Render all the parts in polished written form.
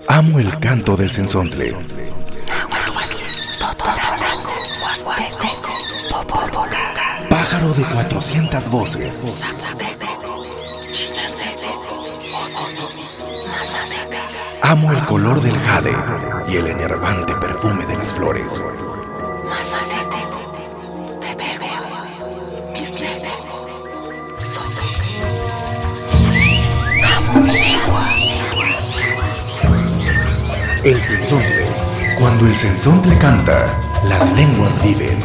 Amo el canto del cenzontle. Pájaro de 400 voces. Amo el color del jade y el enervante perfume de las flores. El cenzontle. Cuando el cenzontle canta, las lenguas viven.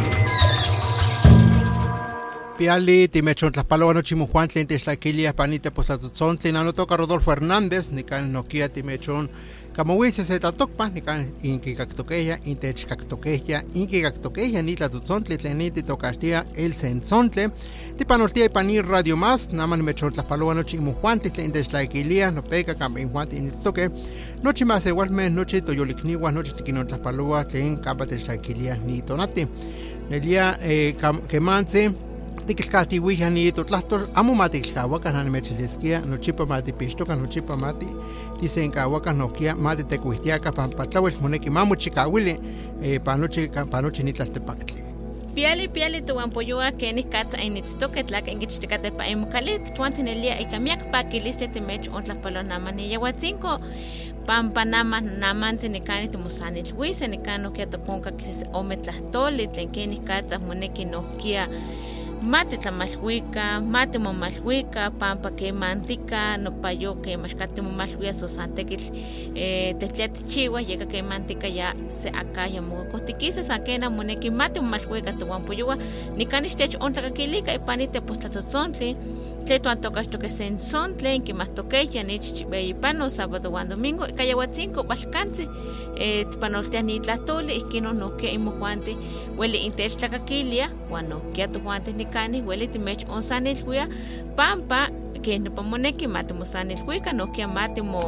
Piali, Timechon Tlapaloa, Chimujuan, Tlaquilia, Panita, Posatzon, Tlinanotoca, Rodolfo Hernández, Nican Nokia, Timechon, Camohuises, Etatokpa, Nican, Inkikactoqueya, Intechcactoqueya, Inkikactoqueya, Nitlatuzon, Tleniti, Tocastia, El Cenzontle, Tipanortia y Panir Radio Más, Naman Mechon Tlapaloa, Chimujuan, Tlaquilia, Nopeca, Camin Juan, Instoque, Noche más igualmente, Noche Toyolicnigua, Noche Tiquinon Tlapaloa, Tlen, Campate Tlaquilia, Nitonati. El día que manse. Tikilkati wihani totlastol amo mati kilkahuacan anmechileskia nochipa mati pixtoca nochipa mati tisenkahuacan nokia mati tecuihtiaca pampatlauel moneki mamu chikawili panoche nitlaltepactli. Piali tuampoyoa que nikatza initztoque tlak engichticate pa emucalit tuantinelia ikamiak pakiliste temech ontlaspalonama niyahuatzinco pampanama naman sinikani tumusanil huise nikano kia toconca kisis ometlahtoli tlen kenikatza moneki nokia mati tlamalhuica, mati momalhuica, pampa que mantica, no payo que mascate momalhuia sosantequil, tetliatichiwa, llega que mantica ya se acá ya mocotiquisa, saquena, moneki, mati momalhuica, tu guampoyua, ni canistech ontacaquilica, y panite postlatozontle, tleto antocasto que se ensontle, que más toqueya, ni chichibeyipano, sábado o domingo, y cayahuatzinco, bashkanzi, panoltea ni tlatole, y que no que imujuante, huele intech tlacaquilia, guano, que a tu juante ni cani, huele timech onsanil huia, pampa, que no pamoneki, matemo sanil huica, no que matemo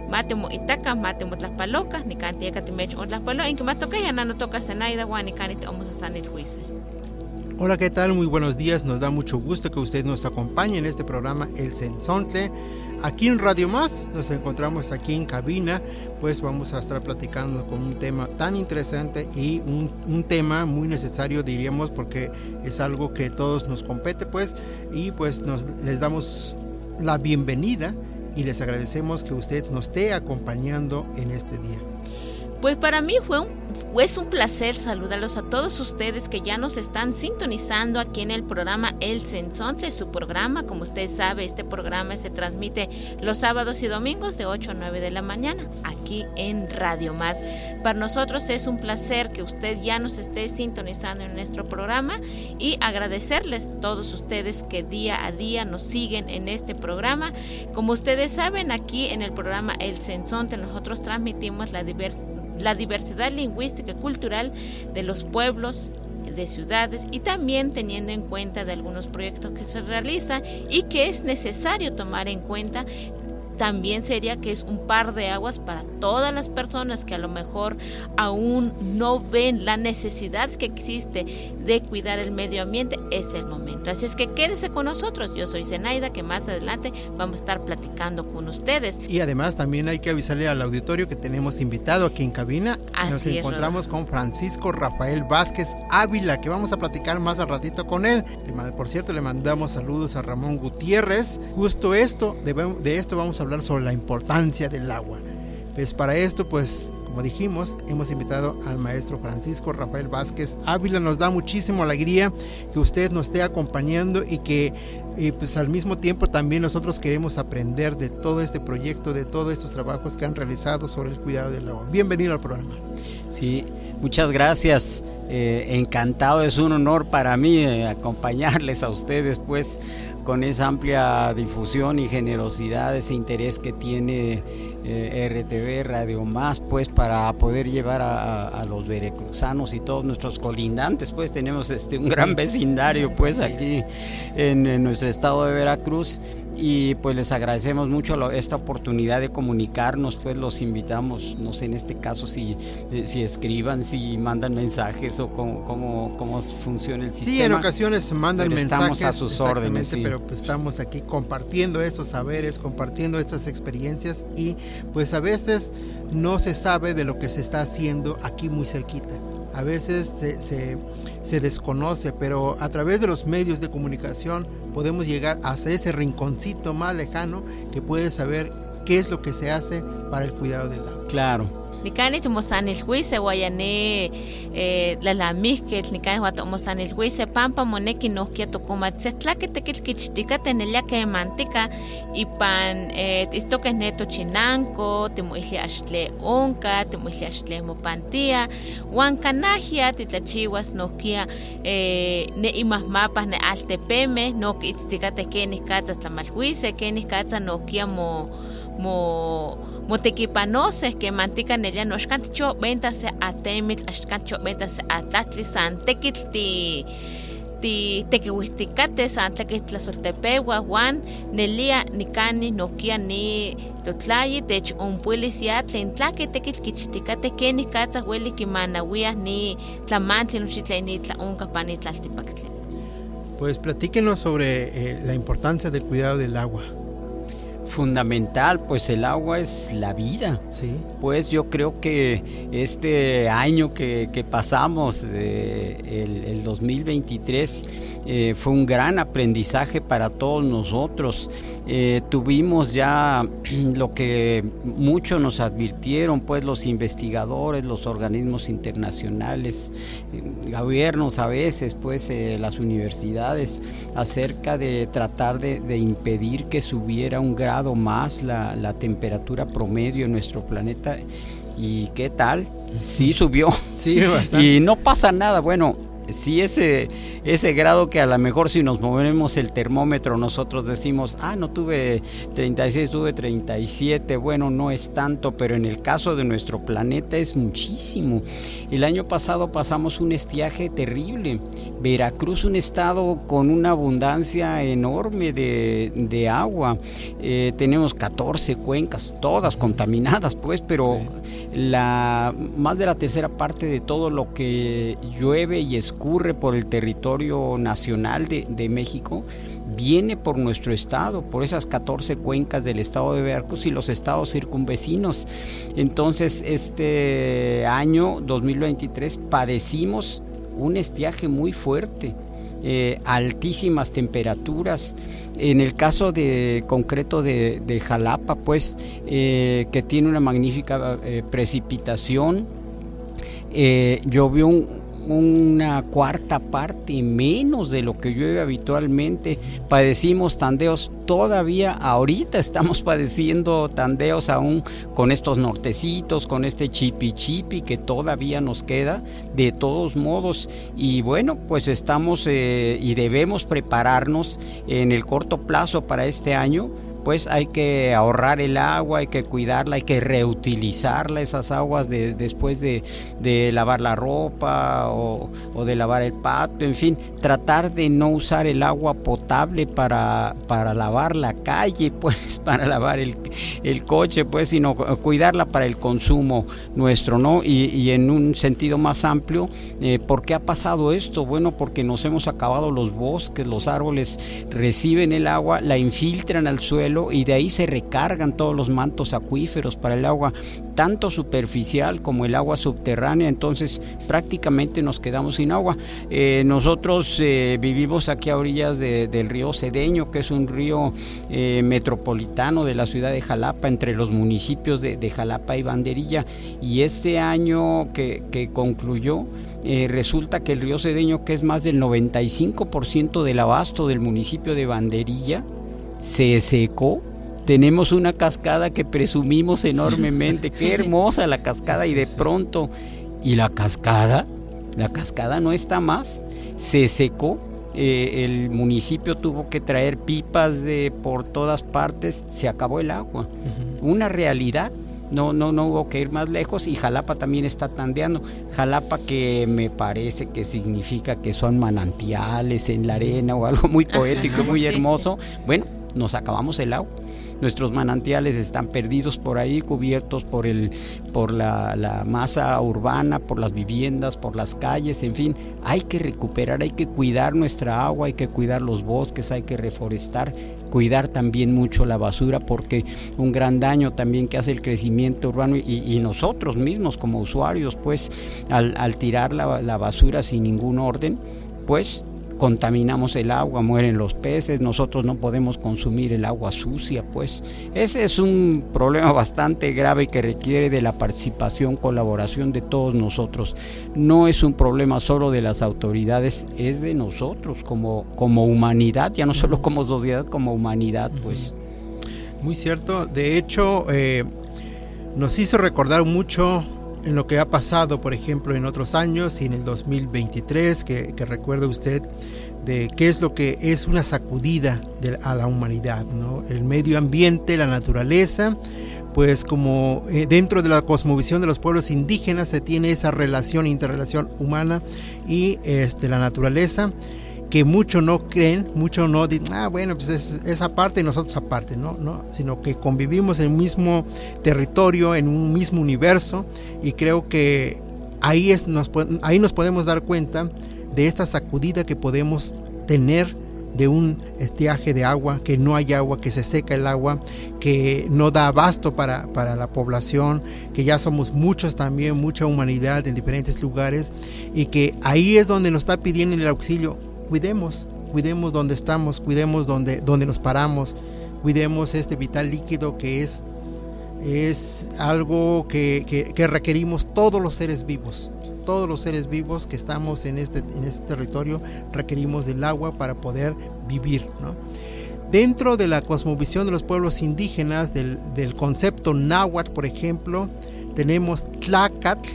itaca, matemo las palocas, ni cantia timech on las palocas, en que más toca ya no toca senaida, guan, ni cani te vamos a sanil huise. Hola, ¿qué tal? Muy buenos días. Nos da mucho gusto que usted nos acompañe en este programa El Cenzontle. Aquí en Radio Más, nos encontramos aquí en cabina, pues vamos a estar platicando con un tema tan interesante y un tema muy necesario, diríamos, porque es algo que todos nos compete, pues, y pues les damos la bienvenida y les agradecemos que usted nos esté acompañando en este día. Pues para mí es un placer saludarlos a todos ustedes que ya nos están sintonizando aquí en el programa El Cenzontle, su programa. Como usted sabe, este programa se transmite los sábados y domingos de 8 a 9 de la mañana aquí en Radio Más. Para nosotros es un placer que usted ya nos esté sintonizando en nuestro programa y agradecerles a todos ustedes que día a día nos siguen en este programa. Como ustedes saben, aquí en el programa El Cenzontle nosotros transmitimos la diversidad lingüística y cultural de los pueblos, de ciudades y también teniendo en cuenta de algunos proyectos que se realizan y que es necesario tomar en cuenta. También sería que es un par de aguas para todas las personas que a lo mejor aún no ven la necesidad que existe de cuidar el medio ambiente. Es el momento. Así es que quédese con nosotros. Yo soy Zenaida, que más adelante vamos a estar platicando con ustedes. Y además también hay que avisarle al auditorio que tenemos invitado aquí en cabina. Así Nos encontramos con Francisco Rafael Vázquez Ávila, que vamos a platicar más al ratito con él. Por cierto, le mandamos saludos a Ramón Gutiérrez. Justo de esto vamos a hablar sobre la importancia del agua. Pues para esto, pues como dijimos, hemos invitado al maestro Francisco Rafael Vázquez Ávila. Nos da muchísima alegría que usted nos esté acompañando y que pues al mismo tiempo también nosotros queremos aprender de todo este proyecto, de todos estos trabajos que han realizado sobre el cuidado del agua. Bienvenido al programa. Sí, muchas gracias. Encantado, es un honor para mí acompañarles a ustedes, pues, con esa amplia difusión y generosidad, ese interés que tiene RTV Radio Más, pues, para poder llevar a los veracruzanos y todos nuestros colindantes, pues tenemos un gran vecindario, pues, aquí en nuestro estado de Veracruz. Y pues les agradecemos mucho esta oportunidad de comunicarnos, pues los invitamos, no sé en este caso si escriban, si mandan mensajes o cómo funciona el sistema. Sí, en ocasiones mandan mensajes. Estamos a sus órdenes. Sí. Pero pues estamos aquí compartiendo esos saberes, compartiendo estas experiencias y pues a veces no se sabe de lo que se está haciendo aquí muy cerquita. A veces se desconoce, pero a través de los medios de comunicación podemos llegar hasta ese rinconcito más lejano que puede saber qué es lo que se hace para el cuidado del agua. Claro. Nikani tumosan el juicio guayane la lamisket nikani guatomosan el juicio pampa moneki no kia tocomatzetla que te kilkichtika tenelia que mantica y pan esto que es neto chinanco timuili ashle onka timuili ashle mopantia huancanagia titlachiwas no kia ne imas mapas ne altepeme no que itztika te que niskatza tlamaljuice que niskatza no kia motequipanoses que mantican ella no escancho ventas a temit escancho ventas a tlatli san tequiti tequihuisticate san tequitla soltepewa juan nelia nikani nokia ni totlayi tech un policía tlentlaki tequilquichticate que ni catza hueli kimanawias ni tlamantli nochitla ni tlaunca panitlaltipactli. Pues platíquenos sobre la importancia del cuidado del agua. Fundamental, pues el agua es la vida. Sí. Pues yo creo que este año que pasamos, el 2023, fue un gran aprendizaje para todos nosotros. Tuvimos ya lo que mucho nos advirtieron, pues los investigadores, los organismos internacionales, gobiernos a veces, pues las universidades, acerca de tratar de impedir que subiera un grado más la temperatura promedio en nuestro planeta. ¿Y qué tal? Sí subió. Sí, bastante. Y no pasa nada. Bueno, si ese grado que a lo mejor si nos movemos el termómetro nosotros decimos, no tuve 36, tuve 37, bueno, no es tanto, pero en el caso de nuestro planeta es muchísimo. El año pasado pasamos un estiaje terrible. Veracruz, un estado con una abundancia enorme de agua. Tenemos 14 cuencas, todas contaminadas, pues, pero más de la tercera parte de todo lo que llueve y escurre por el territorio nacional de México viene por nuestro estado, por esas 14 cuencas del estado de Veracruz y los estados circunvecinos. Entonces este año 2023 padecimos un estiaje muy fuerte, altísimas temperaturas. En el caso concreto de Jalapa, pues que tiene una magnífica precipitación, llovió una cuarta parte menos de lo que llueve habitualmente. Padecimos tandeos, todavía ahorita estamos padeciendo tandeos aún con estos nortecitos, con este chipi que todavía nos queda de todos modos. Y bueno, pues estamos y debemos prepararnos en el corto plazo para este año. Pues hay que ahorrar el agua, hay que cuidarla, hay que reutilizarla, esas aguas después de lavar la ropa o de lavar el patio, en fin, tratar de no usar el agua potable para lavar la calle, pues para lavar el coche, pues, sino cuidarla para el consumo nuestro, ¿no? Y en un sentido más amplio, ¿por qué ha pasado esto? Bueno, porque nos hemos acabado los bosques, los árboles reciben el agua, la infiltran al suelo y de ahí se recargan todos los mantos acuíferos para el agua, tanto superficial como el agua subterránea. Entonces prácticamente nos quedamos sin agua. Nosotros vivimos aquí a orillas del río Cedeño, que es un río metropolitano de la ciudad de Jalapa, entre los municipios de Jalapa y Banderilla, y este año que concluyó, resulta que el río Cedeño, que es más del 95% del abasto del municipio de Banderilla, se secó. Tenemos una cascada que presumimos enormemente, qué hermosa la cascada, y de pronto, y la cascada no está más, se secó. El municipio tuvo que traer pipas por todas partes, se acabó el agua. Una realidad. No hubo que ir más lejos, y Jalapa también está tandeando. Jalapa, que me parece que significa que son manantiales en la arena o algo muy poético, muy hermoso. Bueno, nos acabamos el agua. nuestros manantiales están perdidos por ahí, cubiertos por la masa urbana, por las viviendas, por las calles, en fin. Hay que recuperar, hay que cuidar nuestra agua, hay que cuidar los bosques, hay que reforestar, cuidar también mucho la basura, porque un gran daño también que hace el crecimiento urbano y nosotros mismos como usuarios, pues al tirar la basura sin ningún orden, pues contaminamos el agua, mueren los peces, nosotros no podemos consumir el agua sucia, pues ese es un problema bastante grave que requiere de la participación, colaboración de todos nosotros. No es un problema solo de las autoridades, es de nosotros como humanidad, ya no solo como sociedad, como humanidad, pues. Muy cierto, de hecho nos hizo recordar mucho en lo que ha pasado, por ejemplo, en otros años y en el 2023, que recuerde usted de qué es lo que es una sacudida a la humanidad, ¿no? El medio ambiente, la naturaleza, pues como dentro de la cosmovisión de los pueblos indígenas se tiene esa interrelación humana y la naturaleza, que muchos no creen, muchos no dicen, bueno, pues es aparte y nosotros aparte, no, sino que convivimos en un mismo territorio, en un mismo universo, y creo que ahí nos podemos dar cuenta de esta sacudida que podemos tener de un estiaje de agua, que no hay agua, que se seca el agua, que no da abasto para la población, que ya somos muchos también, mucha humanidad en diferentes lugares, y que ahí es donde nos está pidiendo el auxilio. Cuidemos donde estamos, cuidemos donde nos paramos, cuidemos este vital líquido que es algo que requerimos todos los seres vivos que estamos en este territorio, requerimos del agua para poder vivir, ¿no? Dentro de la cosmovisión de los pueblos indígenas, del concepto náhuatl, por ejemplo, tenemos tlacatl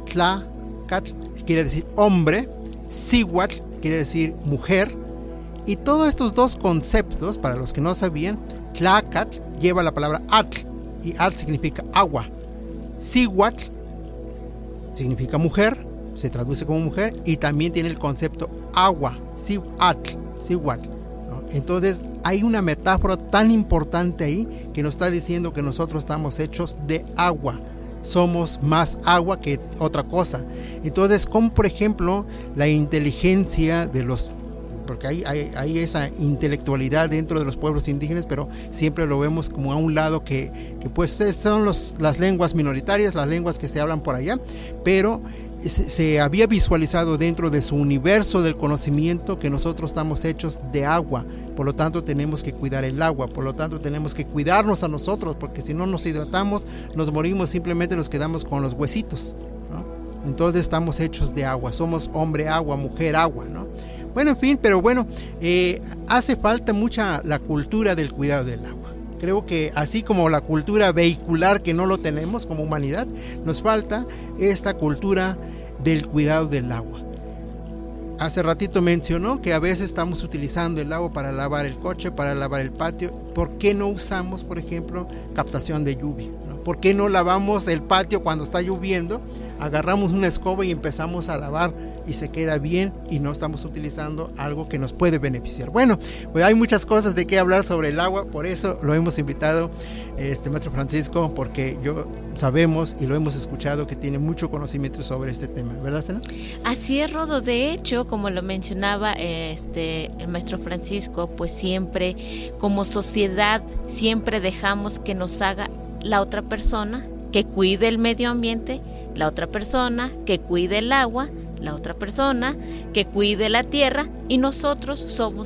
quiere decir hombre, cihuatl quiere decir mujer, y todos estos dos conceptos, para los que no sabían, tlacatl lleva la palabra atl, y atl significa agua, cihuatl significa mujer, se traduce como mujer, y también tiene el concepto agua, cihuatl, ¿no? Entonces hay una metáfora tan importante ahí que nos está diciendo que nosotros estamos hechos de agua, somos más agua que otra cosa. Entonces, como por ejemplo la inteligencia de los, porque hay esa intelectualidad dentro de los pueblos indígenas, pero siempre lo vemos como a un lado que pues son las lenguas minoritarias, las lenguas que se hablan por allá, pero se había visualizado dentro de su universo del conocimiento que nosotros estamos hechos de agua, por lo tanto tenemos que cuidar el agua, por lo tanto tenemos que cuidarnos a nosotros, porque si no nos hidratamos, nos morimos, simplemente nos quedamos con los huesitos, ¿no? Entonces estamos hechos de agua, somos hombre agua, mujer agua, ¿no? Bueno, en fin, pero bueno, hace falta mucha la cultura del cuidado del agua. Creo que así como la cultura vehicular, que no lo tenemos como humanidad, nos falta esta cultura del cuidado del agua. Hace ratito mencionó que a veces estamos utilizando el agua para lavar el coche, para lavar el patio. ¿Por qué no usamos, por ejemplo, captación de lluvia, ¿no? ¿Por qué no lavamos el patio cuando está lloviendo? Agarramos una escoba y empezamos a lavar y se queda bien, y no estamos utilizando algo que nos puede beneficiar. Bueno, pues hay muchas cosas de qué hablar sobre el agua, por eso lo hemos invitado, maestro Francisco, porque sabemos y lo hemos escuchado que tiene mucho conocimiento sobre este tema, ¿verdad, Stena? Así es, Rodo. De hecho, como lo mencionaba el maestro Francisco, pues siempre como sociedad siempre dejamos que nos haga la otra persona, que cuide el medio ambiente, la otra persona que cuide el agua, la otra persona que cuide la tierra, y nosotros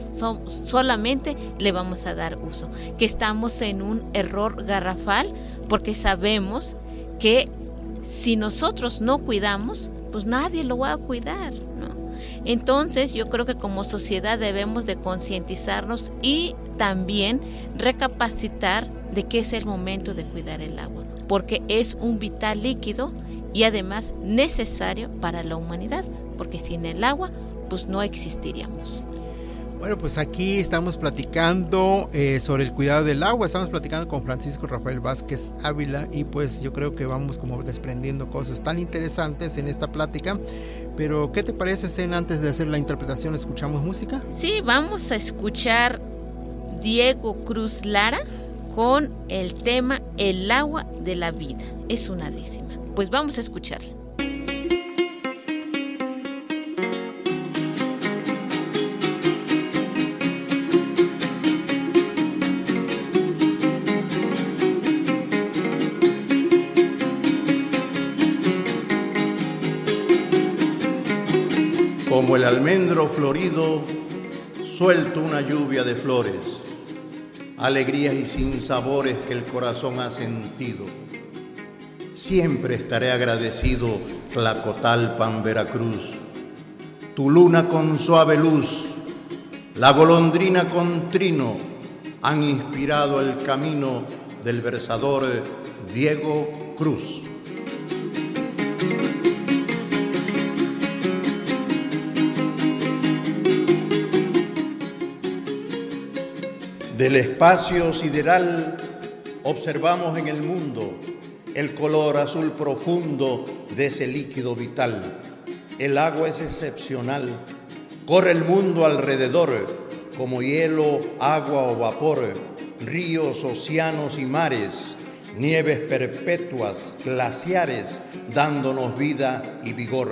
solamente le vamos a dar uso, que estamos en un error garrafal, porque sabemos que si nosotros no cuidamos, pues nadie lo va a cuidar, ¿no? Entonces yo creo que como sociedad debemos de concientizarnos y también recapacitar de que es el momento de cuidar el agua, porque es un vital líquido y además necesario para la humanidad, porque sin el agua pues no existiríamos. Bueno, pues aquí estamos platicando sobre el cuidado del agua, estamos platicando con Francisco Rafael Vázquez Ávila, y pues yo creo que vamos como desprendiendo cosas tan interesantes en esta plática. Pero ¿qué te parece, Sen? Antes de hacer la interpretación, ¿escuchamos música? Sí, vamos a escuchar Diego Cruz Lara con el tema El agua de la vida. Es una décima. Pues vamos a escucharla. Como el almendro florido, suelto una lluvia de flores, alegrías y sinsabores que el corazón ha sentido. Siempre estaré agradecido, Tlacotalpan, Veracruz. Tu luna con suave luz, la golondrina con trino, han inspirado el camino del versador Diego Cruz. Del espacio sideral observamos en el mundo el color azul profundo de ese líquido vital. El agua es excepcional, corre el mundo alrededor como hielo, agua o vapor, ríos, océanos y mares, nieves perpetuas, glaciares, dándonos vida y vigor.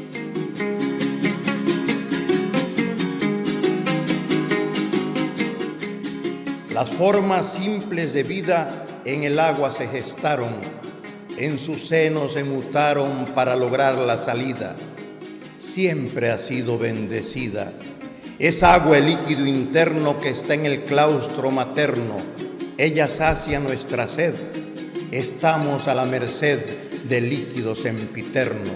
Las formas simples de vida en el agua se gestaron, en su seno se mutaron para lograr la salida. Siempre ha sido bendecida. Es agua el líquido interno que está en el claustro materno. Ella sacia nuestra sed. Estamos a la merced del líquido sempiterno.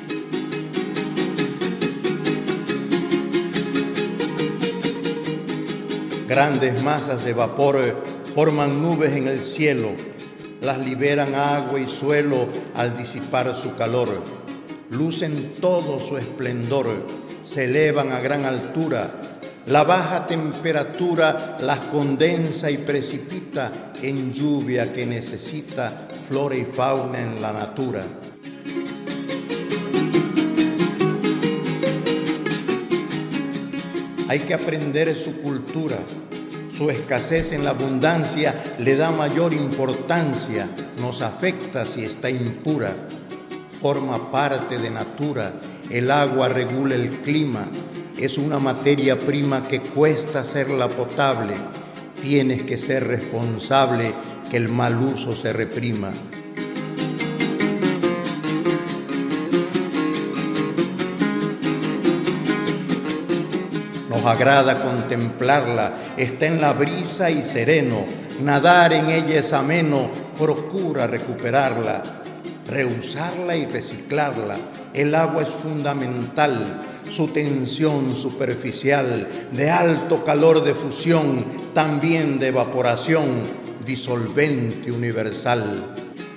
Grandes masas de vapor forman nubes en el cielo, las liberan agua y suelo al disipar su calor. Lucen todo su esplendor, se elevan a gran altura. La baja temperatura las condensa y precipita en lluvia que necesita flora y fauna en la natura. Hay que aprender su cultura. Su escasez en la abundancia le da mayor importancia, nos afecta si está impura. Forma parte de natura, el agua regula el clima, es una materia prima que cuesta hacerla potable. Tienes que ser responsable, que el mal uso se reprima. Nos agrada contemplarla, está en la brisa y sereno, nadar en ella es ameno, procura recuperarla, reusarla y reciclarla. El agua es fundamental, su tensión superficial, de alto calor de fusión, también de evaporación, disolvente universal.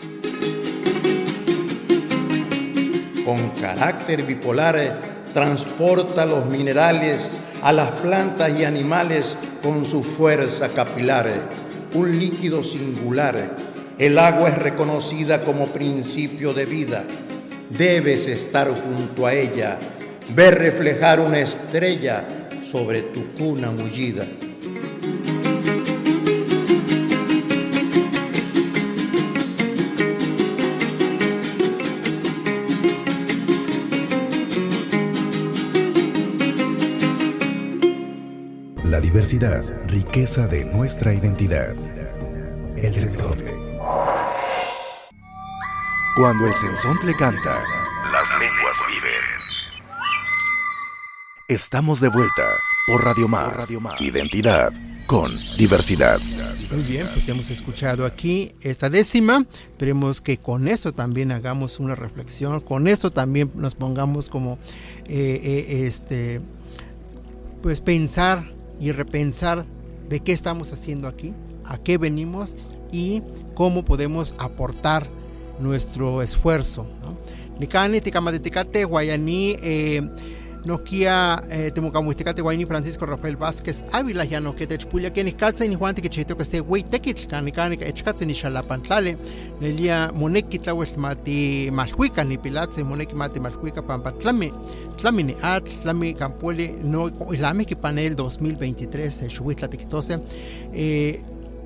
Con carácter bipolar, transporta los minerales a las plantas y animales con su fuerza capilar, un líquido singular. El agua es reconocida como principio de vida. Debes estar junto a ella, ver reflejar una estrella sobre tu cuna mullida. La diversidad, riqueza de nuestra identidad. El sensontle. Cuando el sensontle canta, las lenguas viven. Estamos de vuelta por Radio Más. Identidad con diversidad. Muy bien, pues hemos escuchado aquí esta décima. Esperemos que con eso también hagamos una reflexión, con eso también nos pongamos como pues pensar y repensar de qué estamos haciendo aquí, a qué venimos y cómo podemos aportar nuestro esfuerzo, ¿no? Nicani ticamaticate guayani noquia temucamuisticate guayani Francisco Rafael Vázquez Ávila ya no que te chpulia que ni calza ni Juan que chito que este güey tequitl canicani echcatze ni xalapantlale nelia moneki tlahues mati malhuica ni pilatze moneki mati malhuica pampatlame tlamini tlami campueli no islami que panel 2023 xuitla tequitose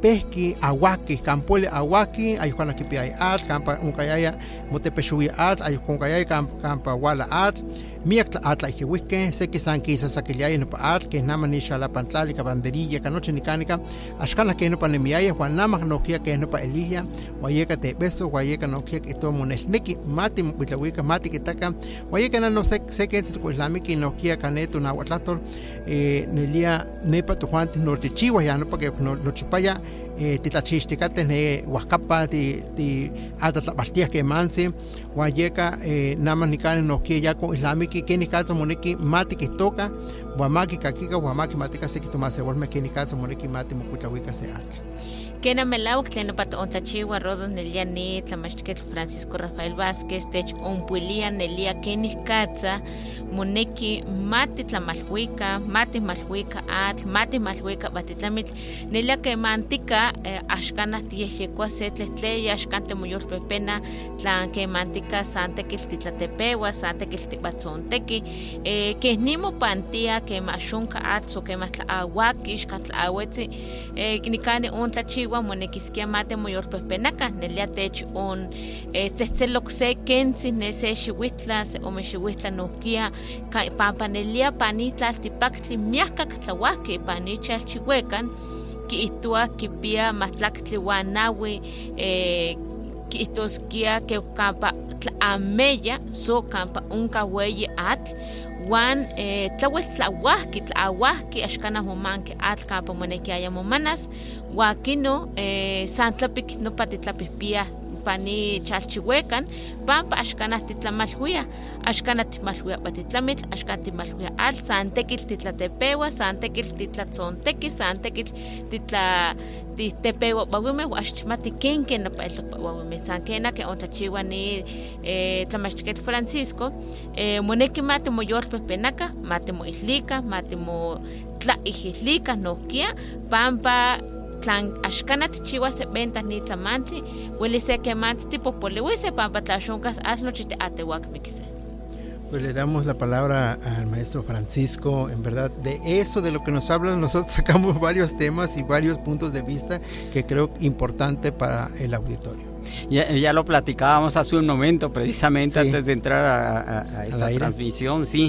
pesqui aguaki campole aguaki ayukan akipi ay at campa unkayaya motepeshui at ayukonkayaya campa wala at miak atla ikiwike seki sankisa sakillaya no at que nama ni shala pantlali ka banderilla kanoche nikanika ashkana que no panemiaya juan nama no kia que no pa elija wayeka te beso wayeka no kia que to monesneki mati bitawika mati kitaka wayeka no seke ko islamiki no kia kaneto na watlator nelia nepa to juan norte chiwa ya no pa que no chipaya titlachixticate ne huascapa ti atatlapaxtia que manse wayeka nama nikane no kia ya con islamiki que ni casa moneki mati que toca guamaki kakika guamaki matika se kitomase volme que ni casa moneki mati mukuchawika se at Kena melawak tleno pato ontlachiwa rodos nelia ni tlamachtiquetl Francisco Rafael Vázquez tech onpuilia nelia kenih katza moneki mati tlamalhuika mati malhuika atl mati malhuika batitlamitl nelia que mantika axkana tiyehyekua se tlehtleya axkante moyolpepena tlan que mantika santekil titlatepewa santekil tibatzonteki que nimo pantia que maxunka atl o que matlaawaki xkatlaawetzi nikane ontlachiwa monekiskia mate moyolpehpenaka nelia tech on tzetzelok se kentzi ne se xiuitla se omexiuitla nohkia pampanelia panitla altipaktli miahkak tlawahki panichal chihuekan kiihtua kipia matlaktli wanawi kiihtoskia ke kampa tlameya so kampa unka weyi atl Juan tlawel tlawahki axkana momanki atl kampa monekiaya momanas wakino santlapik no patitlapihpia pani chalchihuecan pampa axkana titlamalhuia axkana timalhuia patitlamitl axkana timalhuia atl santekil titlatepewa santekil titlatzonteki santekil titepewa bawime waxmati kenke no bawime sankena que ontlachiwa ni tlamachtiquetl Francisco moneki mati moyolpehpenaka mati moislika mati mo tlaijislika nohkia pampa tlan axkana tichiwa se venta ni tlamantli hueli se kemanti tipopoliwise pampa tlaxonkas asnochi teatewakmikise. Pues le damos la palabra al maestro Francisco. En verdad, de eso, de lo que nos hablan, nosotros sacamos varios temas y varios puntos de vista que creo importante para el auditorio. Ya lo platicábamos hace un momento, precisamente sí, antes de entrar a esa transmisión, sí.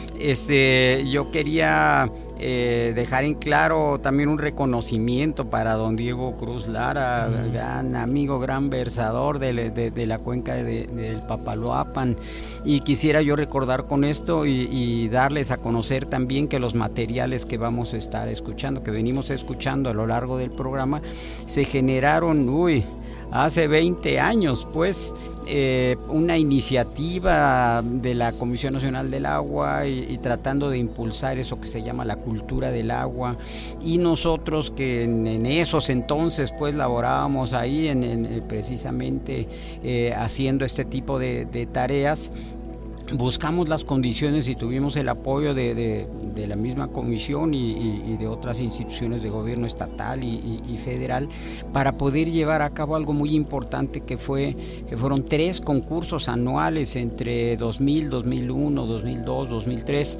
Yo quería dejar en claro también un reconocimiento para don Diego Cruz Lara, gran amigo, gran versador de la cuenca del Papaloapan, y quisiera yo recordar con esto y darles a conocer también que los materiales que vamos a estar escuchando, que venimos escuchando a lo largo del programa, se generaron hace 20 años, pues, una iniciativa de la Comisión Nacional del Agua y tratando de impulsar eso que se llama la cultura del agua, y nosotros que en esos entonces pues laborábamos ahí precisamente haciendo este tipo de tareas. Buscamos las condiciones y tuvimos el apoyo de la misma comisión y de otras instituciones de gobierno estatal y federal para poder llevar a cabo algo muy importante que fueron 3 concursos anuales entre 2000, 2001, 2002, 2003,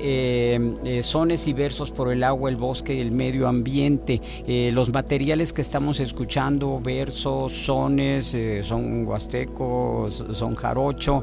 sones y versos por el agua, el bosque y el medio ambiente. Los materiales que estamos escuchando, versos, sones, son huastecos, son jarocho,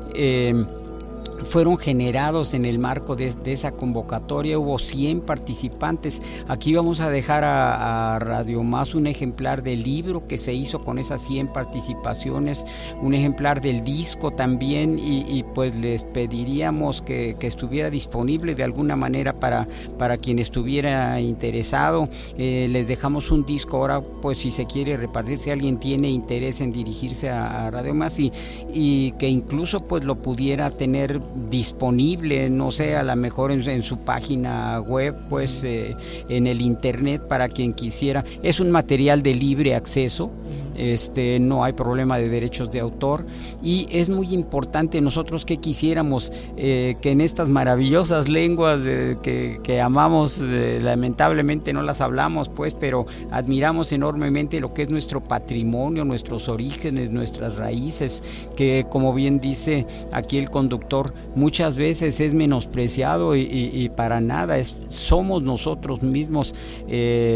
fueron generados en el marco de esa convocatoria. Hubo 100 participantes. Aquí vamos a dejar a Radio Más un ejemplar del libro que se hizo con esas 100 participaciones, un ejemplar del disco también, y pues les pediríamos que estuviera disponible de alguna manera para quien estuviera interesado. Les dejamos un disco ahora, pues si se quiere repartir, si alguien tiene interés en dirigirse a Radio Más y que incluso pues lo pudiera tener disponible, no sé, a lo mejor en su página web, pues en el internet para quien quisiera. Es un material de libre acceso, no hay problema de derechos de autor, y es muy importante nosotros que quisiéramos que en estas maravillosas lenguas que amamos, lamentablemente no las hablamos, pues, pero admiramos enormemente lo que es nuestro patrimonio, nuestros orígenes, nuestras raíces, que como bien dice aquí el conductor, muchas veces es menospreciado y para nada, somos nosotros mismos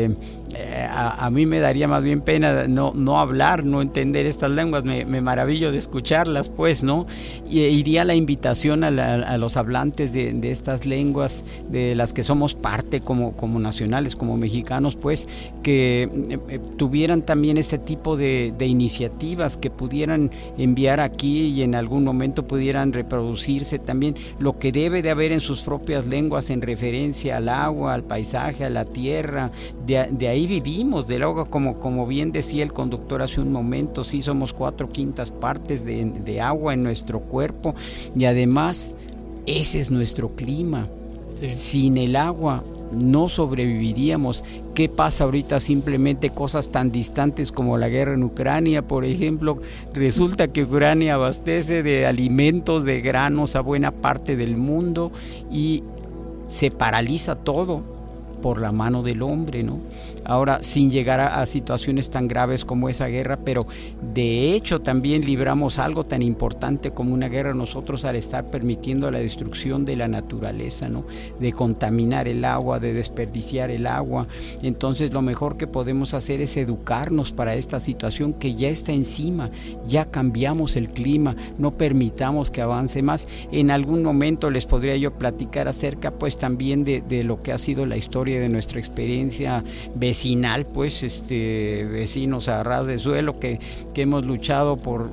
a mí me daría más bien pena no hablar, no entender estas lenguas, me maravillo de escucharlas, pues, ¿no? Y iría la invitación a los hablantes de estas lenguas, de las que somos parte como nacionales, como mexicanos, pues, que tuvieran también este tipo de iniciativas, que pudieran enviar aquí y en algún momento pudieran reproducirse también lo que debe de haber en sus propias lenguas en referencia al agua, al paisaje, a la tierra. De ahí vivimos, del agua, como bien decía el conductor hace un momento, sí somos 4/5 partes de agua en nuestro cuerpo, y además ese es nuestro clima. Sí. Sin el agua no sobreviviríamos. ¿Qué pasa ahorita? Simplemente cosas tan distantes como la guerra en Ucrania, por ejemplo. Resulta que Ucrania abastece de alimentos, de granos a buena parte del mundo, y se paraliza todo por la mano del hombre, ¿no? Ahora, sin llegar a situaciones tan graves como esa guerra, pero de hecho también libramos algo tan importante como una guerra nosotros al estar permitiendo la destrucción de la naturaleza, ¿no? De contaminar el agua, de desperdiciar el agua. Entonces lo mejor que podemos hacer es educarnos para esta situación que ya está encima, ya cambiamos el clima, no permitamos que avance más. En algún momento les podría yo platicar acerca, pues, también de lo que ha sido la historia de nuestra experiencia vecinal, pues, vecinos a ras de suelo que hemos luchado por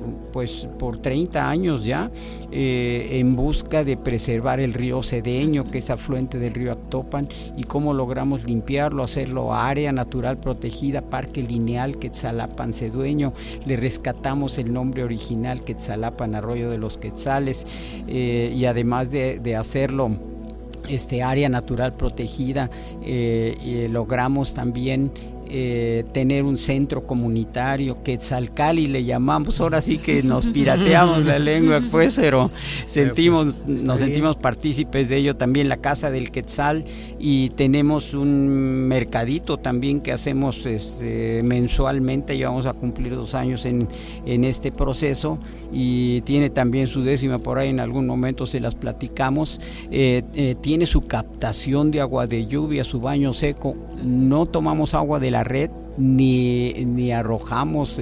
30 años ya, en busca de preservar el río Cedeño, que es afluente del río Actopan, y cómo logramos limpiarlo, hacerlo área natural protegida, Parque Lineal Quetzalapan Cedeño. Le rescatamos el nombre original, Quetzalapan, Arroyo de los Quetzales, y además de hacerlo área natural protegida, logramos también tener un centro comunitario, Quetzalcali le llamamos. Ahora sí que nos pirateamos la lengua, pues, pero nos sentimos partícipes de ello. También la Casa del Quetzal, y tenemos un mercadito también que hacemos mensualmente. Llevamos a cumplir 2 años en este proceso, y tiene también su 10ª por ahí, en algún momento se las platicamos. Tiene su captación de agua de lluvia, su baño seco. No tomamos agua de la red, ni arrojamos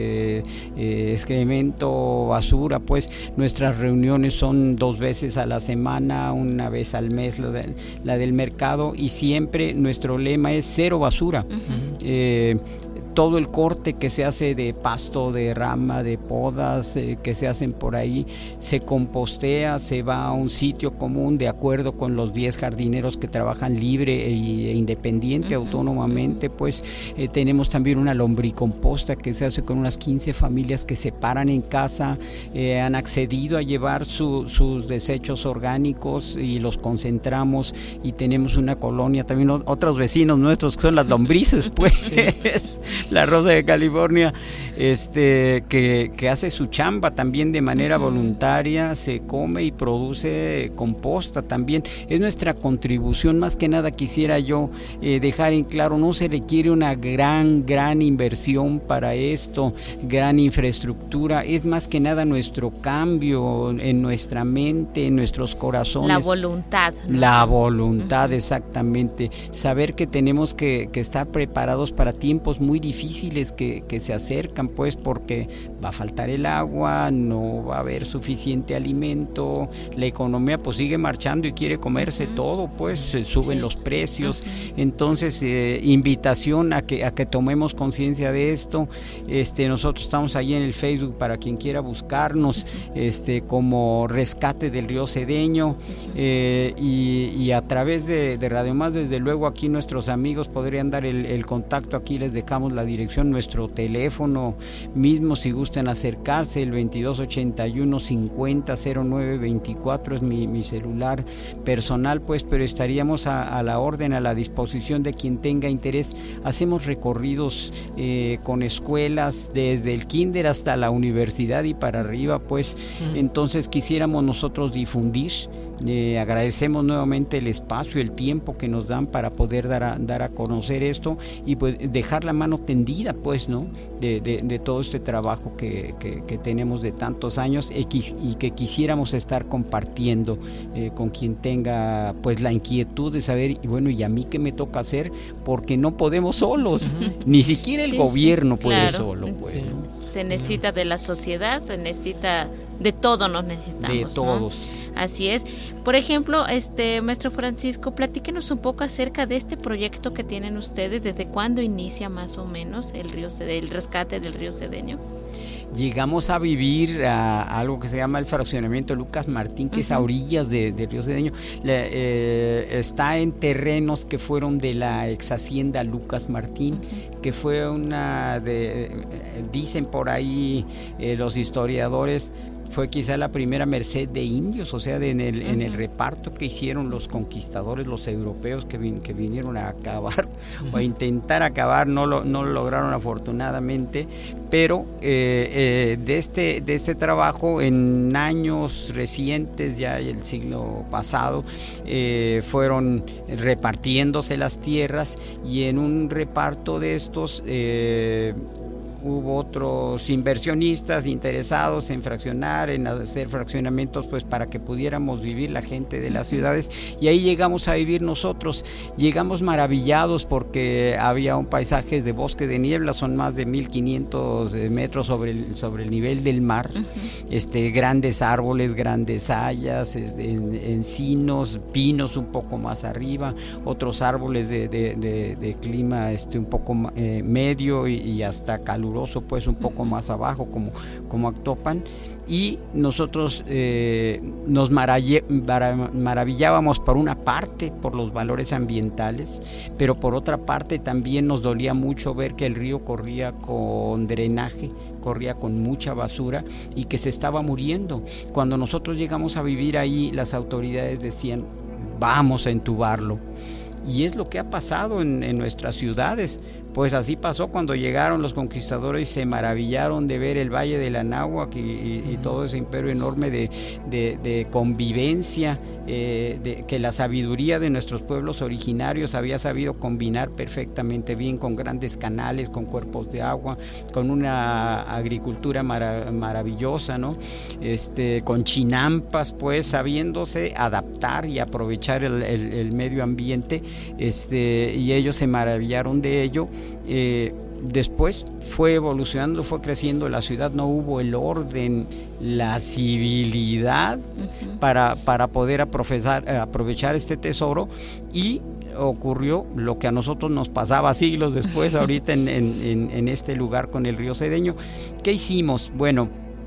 excremento, basura, pues. Nuestras reuniones son 2 veces a la semana, una vez al mes la del mercado, y siempre nuestro lema es 0 basura. Todo el corte que se hace de pasto, de rama, de podas que se hacen por ahí, se compostea, se va a un sitio común de acuerdo con los 10 jardineros que trabajan libre e independiente, autónomamente, pues. Tenemos también una lombricomposta que se hace con unas 15 familias que se paran en casa, han accedido a llevar sus desechos orgánicos y los concentramos, y tenemos una colonia, también otros vecinos nuestros que son las lombrices, pues. La Rosa de California, que hace su chamba también de manera voluntaria, se come y produce composta también. Es nuestra contribución. Más que nada quisiera yo dejar en claro, no se requiere una gran inversión para esto, gran infraestructura. Es más que nada nuestro cambio en nuestra mente, en nuestros corazones. La voluntad, ¿no? La voluntad, exactamente. Saber que tenemos que estar preparados para tiempos muy difíciles que se acercan, pues, porque va a faltar el agua, no va a haber suficiente alimento, la economía pues sigue marchando y quiere comerse todo, pues se suben los precios. Entonces, invitación a que tomemos conciencia de esto. Nosotros estamos ahí en el Facebook para quien quiera buscarnos, como Rescate del Río Cedeño, y a través de Radio Más, desde luego aquí nuestros amigos podrían dar el contacto. Aquí les dejamos la dirección, nuestro teléfono mismo, si gustan acercarse, el 2281-500924 es mi celular personal, pues, pero estaríamos a la orden, a la disposición de quien tenga interés. Hacemos recorridos con escuelas desde el kinder hasta la universidad y para arriba, pues. Entonces quisiéramos nosotros difundir Agradecemos nuevamente el espacio, el tiempo que nos dan para poder dar a conocer esto y pues dejar la mano tendida, pues, ¿no? De todo este trabajo que tenemos de tantos años y que quisiéramos estar compartiendo con quien tenga pues la inquietud de saber, y bueno, ¿y a mí qué me toca hacer? Porque no podemos solos, ni siquiera el gobierno puede solo, pues, ¿no? Se necesita de la sociedad, se necesita de todo, nos necesitamos, de todos, ¿no? Así es. Por ejemplo, maestro Francisco, platíquenos un poco acerca de este proyecto que tienen ustedes. ¿Desde cuándo inicia más o menos el rescate del río Cedeño? Llegamos a vivir a algo que se llama el fraccionamiento Lucas Martín, que es a orillas del río Cedeño. Está en terrenos que fueron de la ex hacienda Lucas Martín, que fue dicen por ahí los historiadores, fue quizá la primera merced de indios, o sea, en el reparto que hicieron los conquistadores, los europeos que vinieron a acabar o a intentar acabar, no lo lograron afortunadamente, pero de este trabajo en años recientes, ya el siglo pasado, fueron repartiéndose las tierras, y en un reparto de estos hubo otros inversionistas interesados en fraccionar, en hacer fraccionamientos, pues para que pudiéramos vivir la gente de las ciudades, y ahí llegamos a vivir nosotros. Llegamos maravillados porque había un paisaje de bosque de niebla, son más de 1500 metros sobre el nivel del mar, grandes árboles, grandes hayas, encinos, pinos un poco más arriba, otros árboles de clima un poco medio y hasta caluroso, pues un poco más abajo, como Actopan, y nosotros nos maravillábamos por una parte por los valores ambientales, pero por otra parte también nos dolía mucho ver que el río corría con drenaje, corría con mucha basura y que se estaba muriendo. Cuando nosotros llegamos a vivir ahí, las autoridades decían, vamos a entubarlo. Y es lo que ha pasado en nuestras ciudades. Pues así pasó cuando llegaron los conquistadores y se maravillaron de ver el Valle del Anáhuac y todo ese imperio enorme de convivencia, que la sabiduría de nuestros pueblos originarios había sabido combinar perfectamente bien con grandes canales, con cuerpos de agua, con una agricultura maravillosa, ¿no? Con chinampas, pues sabiéndose adaptar y aprovechar el medio ambiente, y ellos se maravillaron de ello. Después fue evolucionando, fue creciendo la ciudad, no hubo el orden, la civilidad para poder aprovechar este tesoro, y ocurrió lo que a nosotros nos pasaba siglos después, ahorita en este lugar con el río Cedeño. ¿Qué hicimos? Bueno,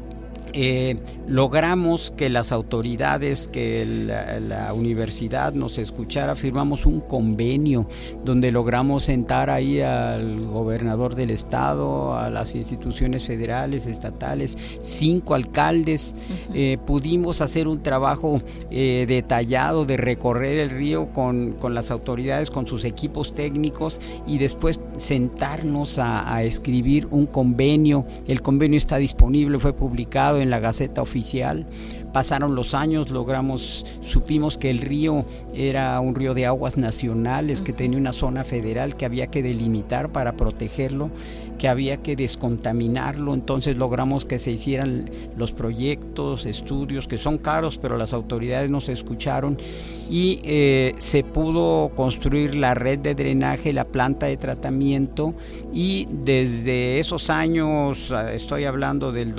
logramos que las autoridades, que la universidad nos escuchara. Firmamos un convenio donde logramos sentar ahí al gobernador del estado, a las instituciones federales, estatales, 5 alcaldes. Pudimos hacer un trabajo detallado de recorrer el río con las autoridades, con sus equipos técnicos, y después sentarnos a escribir un convenio. El convenio está disponible, fue publicado en la Gaceta Oficial. Pasaron los años, supimos que el río era un río de aguas nacionales, que tenía una zona federal que había que delimitar para protegerlo, que había que descontaminarlo. Entonces logramos que se hicieran los proyectos, estudios, que son caros, pero las autoridades nos escucharon, y se pudo construir la red de drenaje, la planta de tratamiento, y desde esos años, estoy hablando del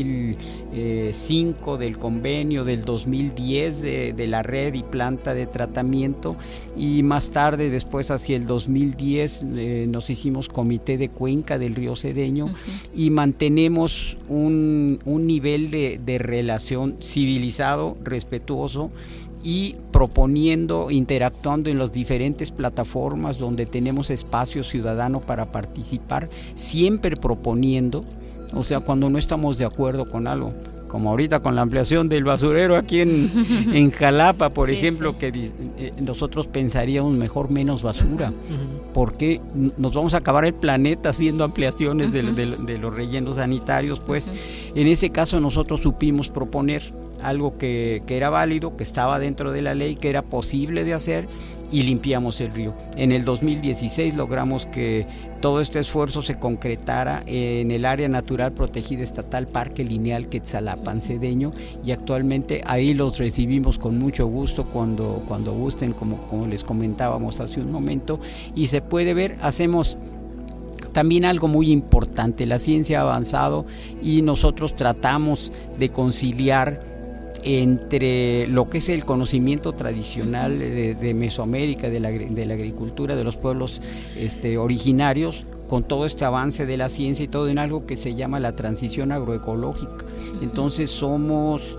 2005, del convenio, del 2010 de la red y planta de tratamiento, y más tarde, después hacia el 2010, nos hicimos comité de cuenca del río Cedeño, y mantenemos un nivel de relación civilizado, respetuoso, y proponiendo, interactuando en las diferentes plataformas donde tenemos espacio ciudadano para participar, siempre proponiendo, o sea, cuando no estamos de acuerdo con algo, como ahorita con la ampliación del basurero aquí en Jalapa, por ejemplo, que nosotros pensaríamos mejor menos basura, porque nos vamos a acabar el planeta haciendo ampliaciones de los rellenos sanitarios. Pues en ese caso nosotros supimos proponer algo que era válido, que estaba dentro de la ley, que era posible de hacer, y limpiamos el río. En el 2016 logramos que todo este esfuerzo se concretara en el área natural protegida estatal Parque Lineal Quetzalapan Cedeño, y actualmente ahí los recibimos con mucho gusto cuando gusten, como les comentábamos hace un momento, y se puede ver, hacemos también algo muy importante. La ciencia ha avanzado y nosotros tratamos de conciliar entre lo que es el conocimiento tradicional de Mesoamérica, de la agricultura, de los pueblos originarios, con todo este avance de la ciencia y todo en algo que se llama la transición agroecológica. Entonces somos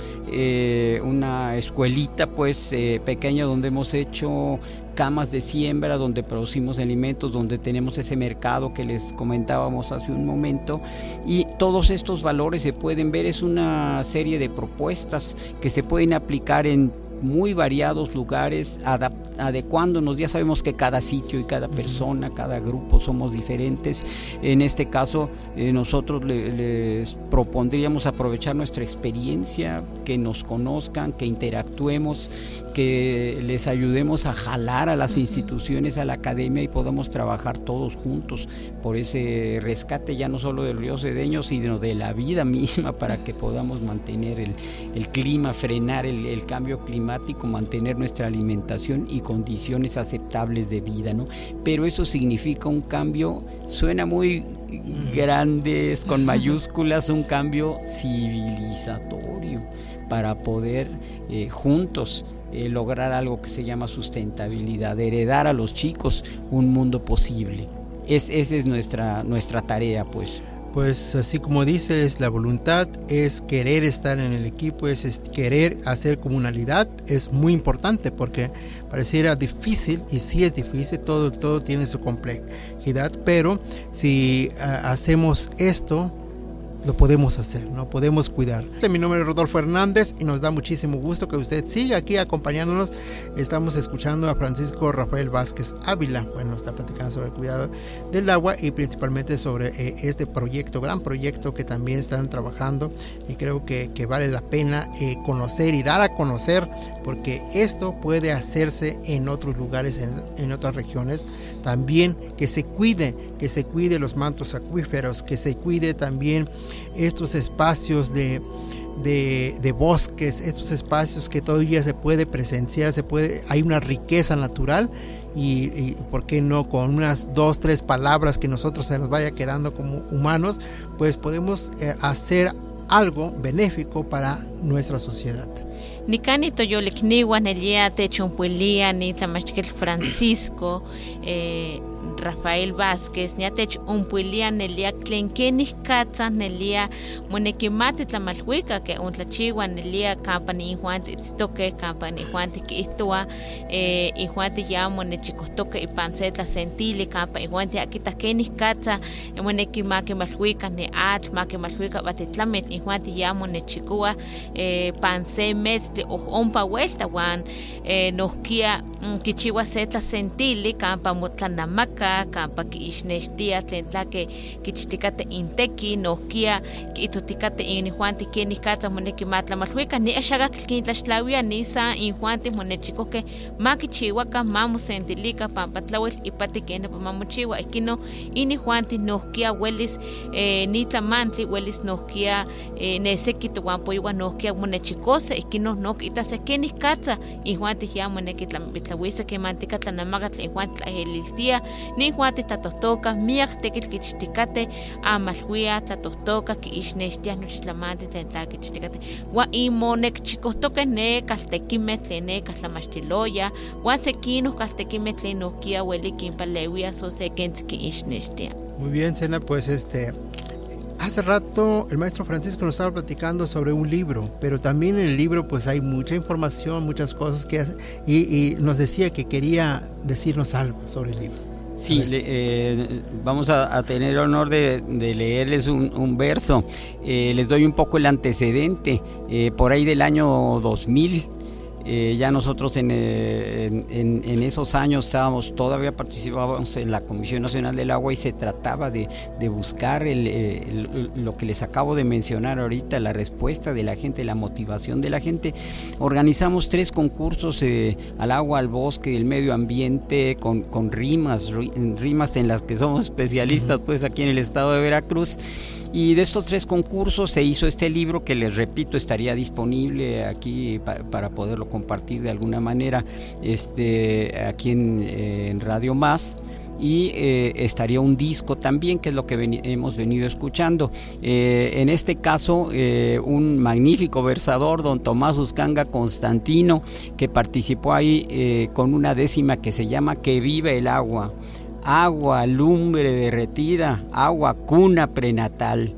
una escuelita pues pequeña, donde hemos hecho camas de siembra, donde producimos alimentos, donde tenemos ese mercado que les comentábamos hace un momento, y todos estos valores se pueden ver. Es una serie de propuestas que se pueden aplicar en muy variados lugares, adecuándonos. Ya sabemos que cada sitio y cada persona, cada grupo somos diferentes. En este caso nosotros les propondríamos aprovechar nuestra experiencia, que nos conozcan, que interactuemos, que les ayudemos a jalar a las instituciones, a la academia, y podamos trabajar todos juntos por ese rescate ya no solo del río Cedeño, sino de la vida misma, para que podamos mantener el clima, frenar el cambio climático, mantener nuestra alimentación y condiciones aceptables de vida, ¿no? Pero eso significa un cambio, suena muy grande, es con mayúsculas, un cambio civilizatorio, para poder juntos lograr algo que se llama sustentabilidad, heredar a los chicos un mundo posible. Esa es nuestra tarea, pues. Pues así como dices, la voluntad es querer estar en el equipo, es querer hacer comunalidad. Es muy importante, porque pareciera difícil, y sí es difícil, todo tiene su complejidad, pero si hacemos esto, lo podemos hacer, ¿no? Podemos cuidar. Mi nombre es Rodolfo Hernández y nos da muchísimo gusto que usted siga aquí acompañándonos. Estamos escuchando a Francisco Rafael Vázquez Ávila. Bueno, está platicando sobre el cuidado del agua y principalmente sobre este proyecto, gran proyecto que también están trabajando, y creo que vale la pena conocer y dar a conocer, porque esto puede hacerse en otros lugares, en otras regiones. También que se cuide los mantos acuíferos, que se cuide también estos espacios de bosques, estos espacios que todavía se puede presenciar, hay una riqueza natural, y por qué no, con unas 2-3 palabras que nosotros se nos vaya quedando como humanos, pues podemos hacer algo benéfico para nuestra sociedad. Nicani toyolikniwa nelia techonpuelia ni tlamachkel Francisco Rafael Vázquez niatech umpuilia nelia tlenkenih katza nelia monekimati tlamalhuika que untlachiwa nelia kampani ihuanti itztoke kampani ihuanti kiihtua ihuanti ya monechikostoke ipanse tlasentili kampa ihuanti akitakenih katza monekimaki malhuika ne atl maki malhuika batitlamet ihuanti ya monechikua panse metzli ompa vuelta wan nohkia kichiwa se tlasentili kampa motlanamaka kampa kiixnextia tlen tlake kichtikate inteki nohkia kiitotikate inihuanti kenih katza moneki matlamalhuika ni axakak kintlaxtlawia nisa inhuanti monechikoke makichiwaka mamosentilika pampa tlauel ipati kene mamochiwa ikino inihuanti nohkia welis nitlamantli welis nohkia neseki towanpoiwa nohkia monechikose ikino nok itase kenih katza inhuanti ya moneki tlamitlahuisa kemantika tlanamaka tlen inhuanti tlaheliltia ni huati tatotoka miak tekil kichtikate amalhuia tatotoka kiixnextia nochitlamante tlen tla kichtikate wa imonek chikotoke ne kaltekime tlen ne kaltlamachtiloya wa sekino kaltekime tlen nohkia ueli kinpaleuia so sekentzi kiixnextia. Muy bien, Sena, pues hace rato el maestro Francisco nos estaba platicando sobre un libro, pero también en el libro pues hay mucha información, muchas cosas que hace, y nos decía que quería decirnos algo sobre el libro. Sí, vamos a tener el honor de leerles un verso. Les doy un poco el antecedente. Por ahí del año 2000 Ya nosotros en esos años todavía participábamos en la Comisión Nacional del Agua y se trataba de buscar lo que les acabo de mencionar ahorita, la respuesta de la gente, la motivación de la gente. Organizamos 3 concursos al agua, al bosque, el medio ambiente, con rimas en las que somos especialistas pues aquí en el estado de Veracruz. Y de estos 3 concursos se hizo este libro que, les repito, estaría disponible aquí para poderlo compartir de alguna manera aquí en Radio Más. Y estaría un disco también, que es lo que hemos venido escuchando. En este caso, un magnífico versador, don Tomás Uscanga Constantino, que participó ahí con una décima que se llama Que viva el agua. Agua, lumbre derretida, agua, cuna prenatal,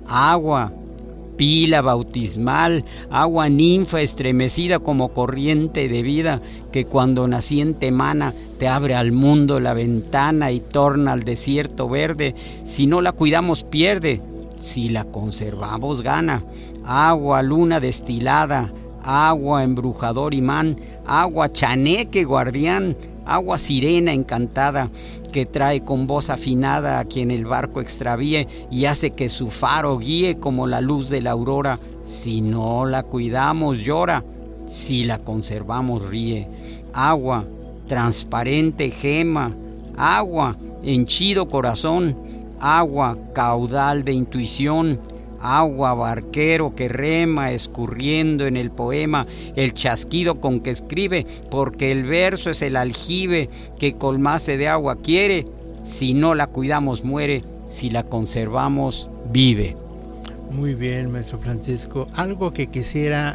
agua, pila bautismal, agua, ninfa estremecida como corriente de vida, que cuando naciente emana te abre al mundo la ventana y torna al desierto verde. Si no la cuidamos pierde, si la conservamos gana. Agua, luna destilada, agua, embrujador imán, agua, chaneque guardián, agua, sirena encantada, que trae con voz afinada a quien el barco extravíe y hace que su faro guíe como la luz de la aurora. Si no la cuidamos llora, si la conservamos ríe. Agua, transparente gema, agua, henchido corazón, agua, caudal de intuición, agua, barquero que rema escurriendo en el poema el chasquido con que escribe, porque el verso es el aljibe que colmase de agua quiere. Si no la cuidamos muere, si la conservamos vive. Muy bien, maestro Francisco. Algo que quisiera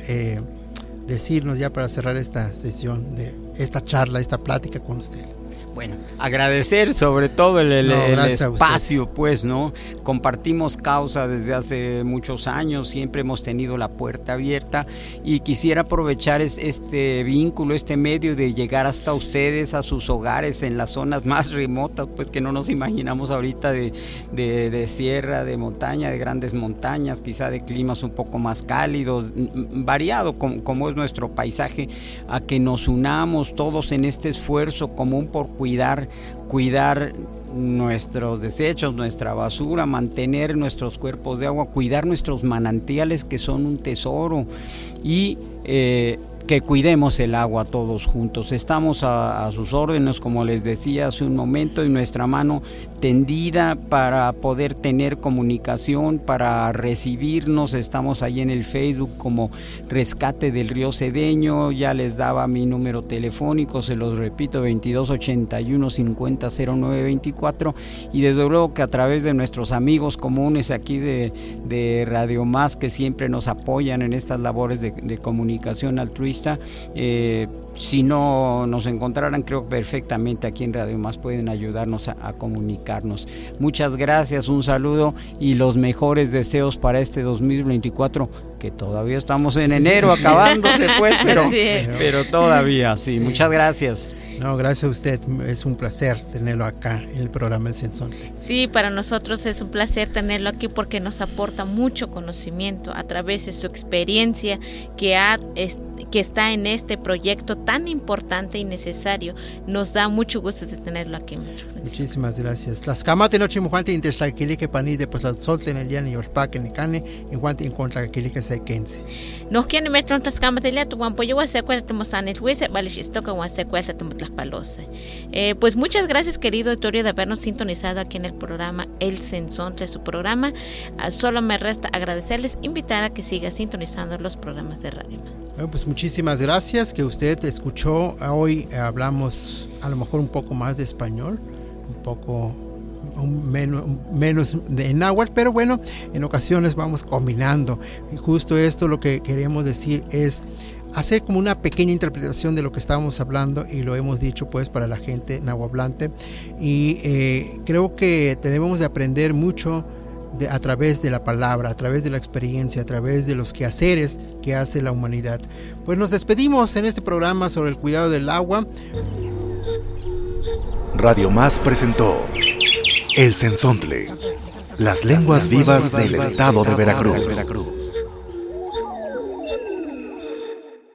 decirnos ya para cerrar esta sesión, de esta charla, esta plática con usted. Bueno, agradecer sobre todo el espacio, pues, ¿no? Compartimos causa desde hace muchos años, siempre hemos tenido la puerta abierta y quisiera aprovechar este vínculo, este medio de llegar hasta ustedes, a sus hogares en las zonas más remotas, pues que no nos imaginamos ahorita de sierra, de montaña, de grandes montañas, quizá de climas un poco más cálidos, variado como es nuestro paisaje, a que nos unamos todos en este esfuerzo común por cuidar nuestros desechos, nuestra basura, mantener nuestros cuerpos de agua, cuidar nuestros manantiales que son un tesoro y que cuidemos el agua todos juntos. Estamos a sus órdenes, como les decía hace un momento, y nuestra mano tendida para poder tener comunicación, para recibirnos. Estamos ahí en el Facebook como Rescate del Río Cedeño. Ya les daba mi número telefónico, se los repito, 2281-500924, y desde luego que a través de nuestros amigos comunes aquí de Radio Más, que siempre nos apoyan en estas labores de comunicación altruista. Si no nos encontraran, creo perfectamente aquí en Radio Más pueden ayudarnos a comunicarnos. Muchas gracias, un saludo y los mejores deseos para este 2024, que todavía estamos en enero acabándose pues, pero todavía sí. Muchas gracias. No, gracias a usted, es un placer tenerlo acá en el programa El Sensontle. Sí, para nosotros es un placer tenerlo aquí porque nos aporta mucho conocimiento a través de su experiencia que está en este proyecto tan importante y necesario. Nos da mucho gusto de tenerlo aquí. Muchísimas gracias. Las camate no chimuante intestlaquilique panide pues la solte en el día ni orpaque ni cane en guante en contra aquilique se quense. Nos quieren meter las camate ya tu guampoyo se acuerda mosan el huese valichistoca o se acuerda las palose. Pues muchas gracias, querido auditorio, de habernos sintonizado aquí en el programa El Sensontle, su programa. Solo me resta agradecerles, invitar a que siga sintonizando los programas de Radio. Bueno, pues muchísimas gracias que usted escuchó. Hoy hablamos a lo mejor un poco más de español, un poco menos de náhuatl, pero bueno, en ocasiones vamos combinando. Y justo esto lo que queremos decir es hacer como una pequeña interpretación de lo que estábamos hablando, y lo hemos dicho pues para la gente nahuatlante, y creo que debemos de aprender mucho a través de la palabra, a través de la experiencia, a través de los quehaceres que hace la humanidad. Pues nos despedimos en este programa sobre el cuidado del agua. Radio Más presentó El Sensontle, las lenguas vivas del estado de Veracruz.